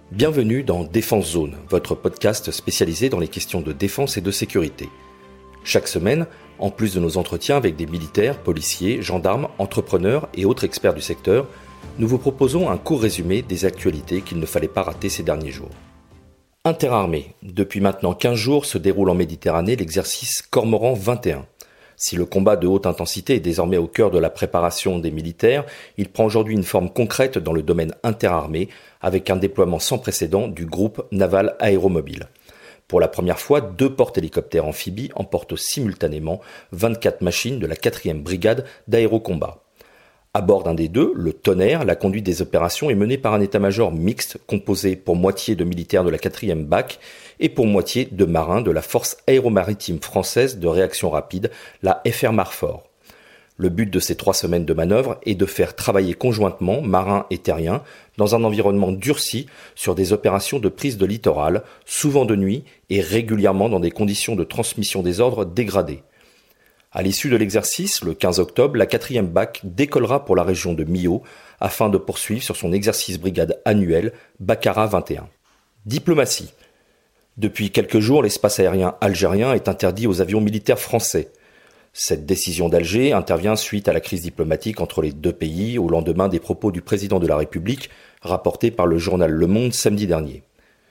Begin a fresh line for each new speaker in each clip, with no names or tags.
Bienvenue dans Défense Zone, votre podcast spécialisé dans les questions de défense et de sécurité. Chaque semaine, en plus de nos entretiens avec des militaires, policiers, gendarmes, entrepreneurs et autres experts du secteur, nous vous proposons un court résumé des actualités qu'il ne fallait pas rater ces derniers jours. Interarmée. Depuis maintenant 15 jours se déroule en Méditerranée l'exercice Cormoran 21. Si le combat de haute intensité est désormais au cœur de la préparation des militaires, il prend aujourd'hui une forme concrète dans le domaine interarmé avec un déploiement sans précédent du groupe naval aéromobile. Pour la première fois, 2 porte-hélicoptères amphibies emportent simultanément 24 machines de la 4e brigade d'aérocombat. À bord d'un des deux, le Tonnerre, la conduite des opérations est menée par un état-major mixte composé pour moitié de militaires de la 4e BAC et pour moitié de marins de la Force aéromaritime française de réaction rapide, la FR Marfort. Le but de ces 3 semaines de manœuvre est de faire travailler conjointement marins et terriens dans un environnement durci sur des opérations de prise de littoral, souvent de nuit et régulièrement dans des conditions de transmission des ordres dégradées. À l'issue de l'exercice, le 15 octobre, la 4e BAC décollera pour la région de Millau afin de poursuivre sur son exercice brigade annuel Baccarat 21. Diplomatie. Depuis quelques jours, l'espace aérien algérien est interdit aux avions militaires français. Cette décision d'Alger intervient suite à la crise diplomatique entre les deux pays au lendemain des propos du président de la République rapportés par le journal Le Monde samedi dernier.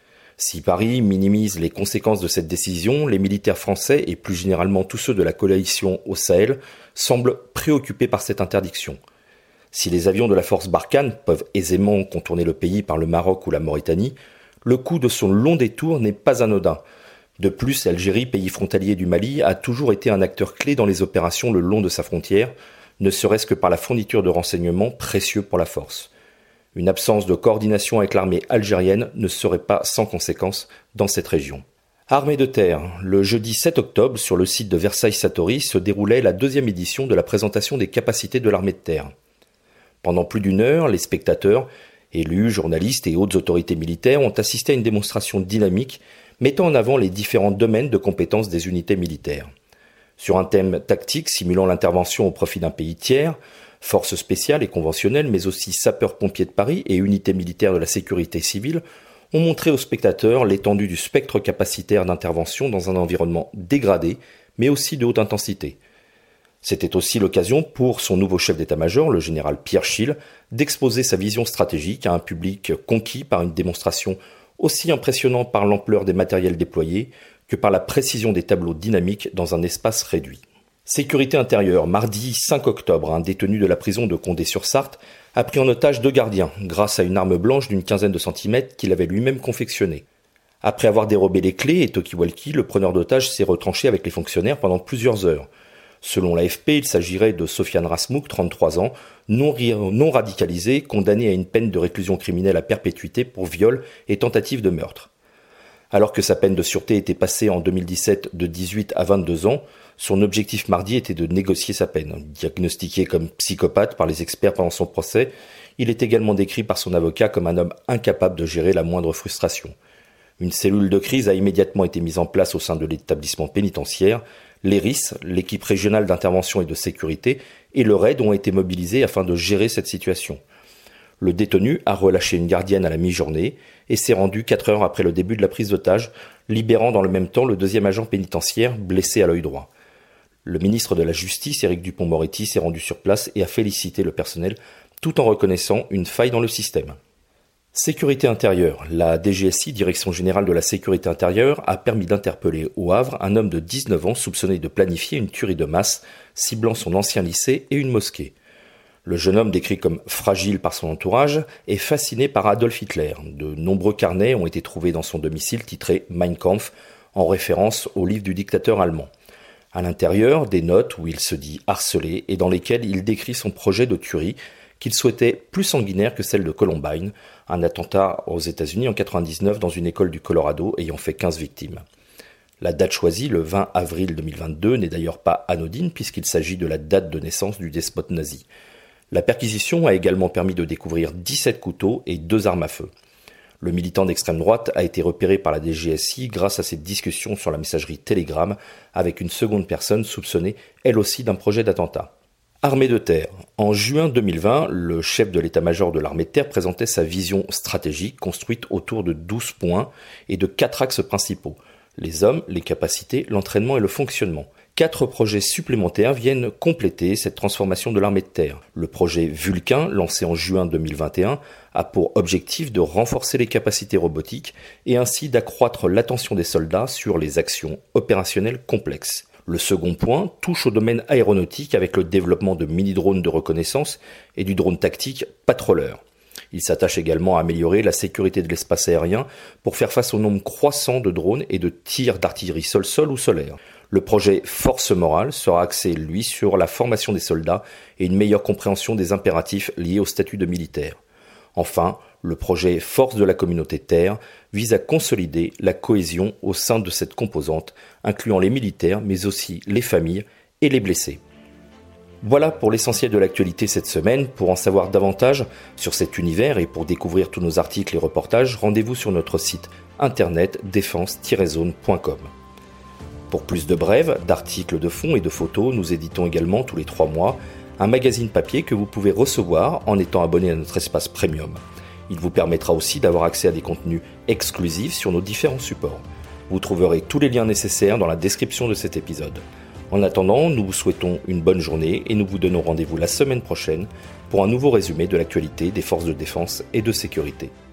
Si Paris minimise les conséquences de cette décision, les militaires français et plus généralement tous ceux de la coalition au Sahel semblent préoccupés par cette interdiction. Si les avions de la force Barkhane peuvent aisément contourner le pays par le Maroc ou la Mauritanie, le coût de son long détour n'est pas anodin. De plus, l'Algérie, pays frontalier du Mali, a toujours été un acteur clé dans les opérations le long de sa frontière, ne serait-ce que par la fourniture de renseignements précieux pour la force. Une absence de coordination avec l'armée algérienne ne serait pas sans conséquence dans cette région. Armée de terre. Le jeudi 7 octobre, sur le site de Versailles-Satory, se déroulait la 2e édition de la présentation des capacités de l'armée de terre. Pendant plus d'une heure, les spectateurs, élus, journalistes et autres autorités militaires ont assisté à une démonstration dynamique mettant en avant les différents domaines de compétences des unités militaires. Sur un thème tactique simulant l'intervention au profit d'un pays tiers, forces spéciales et conventionnelles, mais aussi sapeurs-pompiers de Paris et unités militaires de la sécurité civile, ont montré aux spectateurs l'étendue du spectre capacitaire d'intervention dans un environnement dégradé, mais aussi de haute intensité. C'était aussi l'occasion pour son nouveau chef d'état-major, le général Pierre Schill, d'exposer sa vision stratégique à un public conquis par une démonstration aussi impressionnante par l'ampleur des matériels déployés que par la précision des tableaux dynamiques dans un espace réduit. Sécurité intérieure. Mardi 5 octobre, un détenu de la prison de Condé-sur-Sarthe a pris en otage 2 gardiens grâce à une arme blanche d'une quinzaine de centimètres qu'il avait lui-même confectionnée. Après avoir dérobé les clés et talkie-walkie, le preneur d'otage s'est retranché avec les fonctionnaires pendant plusieurs heures. Selon l'AFP, il s'agirait de Sofiane Rasmouk, 33 ans, non radicalisé, condamné à une peine de réclusion criminelle à perpétuité pour viol et tentative de meurtre. Alors que sa peine de sûreté était passée en 2017 de 18 à 22 ans, son objectif mardi était de négocier sa peine. Diagnostiqué comme psychopathe par les experts pendant son procès, il est également décrit par son avocat comme un homme incapable de gérer la moindre frustration. Une cellule de crise a immédiatement été mise en place au sein de l'établissement pénitentiaire. L'ERIS, l'équipe régionale d'intervention et de sécurité, et le RAID ont été mobilisés afin de gérer cette situation. Le détenu a relâché une gardienne à la mi-journée et s'est rendu 4 heures après le début de la prise d'otage, libérant dans le même temps le 2e agent pénitentiaire blessé à l'œil droit. Le ministre de la Justice, Éric Dupond-Moretti, s'est rendu sur place et a félicité le personnel tout en reconnaissant une faille dans le système. Sécurité intérieure. La DGSI, Direction Générale de la Sécurité Intérieure, a permis d'interpeller au Havre un homme de 19 ans soupçonné de planifier une tuerie de masse ciblant son ancien lycée et une mosquée. Le jeune homme, décrit comme fragile par son entourage, est fasciné par Adolf Hitler. De nombreux carnets ont été trouvés dans son domicile titrés Mein Kampf, en référence au livre du dictateur allemand. À l'intérieur, des notes où il se dit harcelé et dans lesquelles il décrit son projet de tuerie qu'il souhaitait plus sanguinaire que celle de Columbine, un attentat aux États-Unis en 1999 dans une école du Colorado ayant fait 15 victimes. La date choisie, le 20 avril 2022, n'est d'ailleurs pas anodine puisqu'il s'agit de la date de naissance du despote nazi. La perquisition a également permis de découvrir 17 couteaux et 2 armes à feu. Le militant d'extrême droite a été repéré par la DGSI grâce à cette discussion sur la messagerie Telegram avec une seconde personne soupçonnée elle aussi d'un projet d'attentat. Armée de terre. En juin 2020, le chef de l'état-major de l'armée de terre présentait sa vision stratégique construite autour de 12 points et de 4 axes principaux. Les hommes, les capacités, l'entraînement et le fonctionnement. 4 projets supplémentaires viennent compléter cette transformation de l'armée de terre. Le projet Vulcain, lancé en juin 2021, a pour objectif de renforcer les capacités robotiques et ainsi d'accroître l'attention des soldats sur les actions opérationnelles complexes. Le second point touche au domaine aéronautique avec le développement de mini-drones de reconnaissance et du drone tactique patrouilleur. Il s'attache également à améliorer la sécurité de l'espace aérien pour faire face au nombre croissant de drones et de tirs d'artillerie sol-sol ou solaire. Le projet Force Morale sera axé, lui, sur la formation des soldats et une meilleure compréhension des impératifs liés au statut de militaire. Enfin, le projet Force de la communauté Terre vise à consolider la cohésion au sein de cette composante, incluant les militaires, mais aussi les familles et les blessés. Voilà pour l'essentiel de l'actualité cette semaine. Pour en savoir davantage sur cet univers et pour découvrir tous nos articles et reportages, rendez-vous sur notre site internet défense-zone.com. Pour plus de brèves, d'articles de fond et de photos, nous éditons également tous les 3 mois un magazine papier que vous pouvez recevoir en étant abonné à notre espace premium. Il vous permettra aussi d'avoir accès à des contenus exclusifs sur nos différents supports. Vous trouverez tous les liens nécessaires dans la description de cet épisode. En attendant, nous vous souhaitons une bonne journée et nous vous donnons rendez-vous la semaine prochaine pour un nouveau résumé de l'actualité des forces de défense et de sécurité.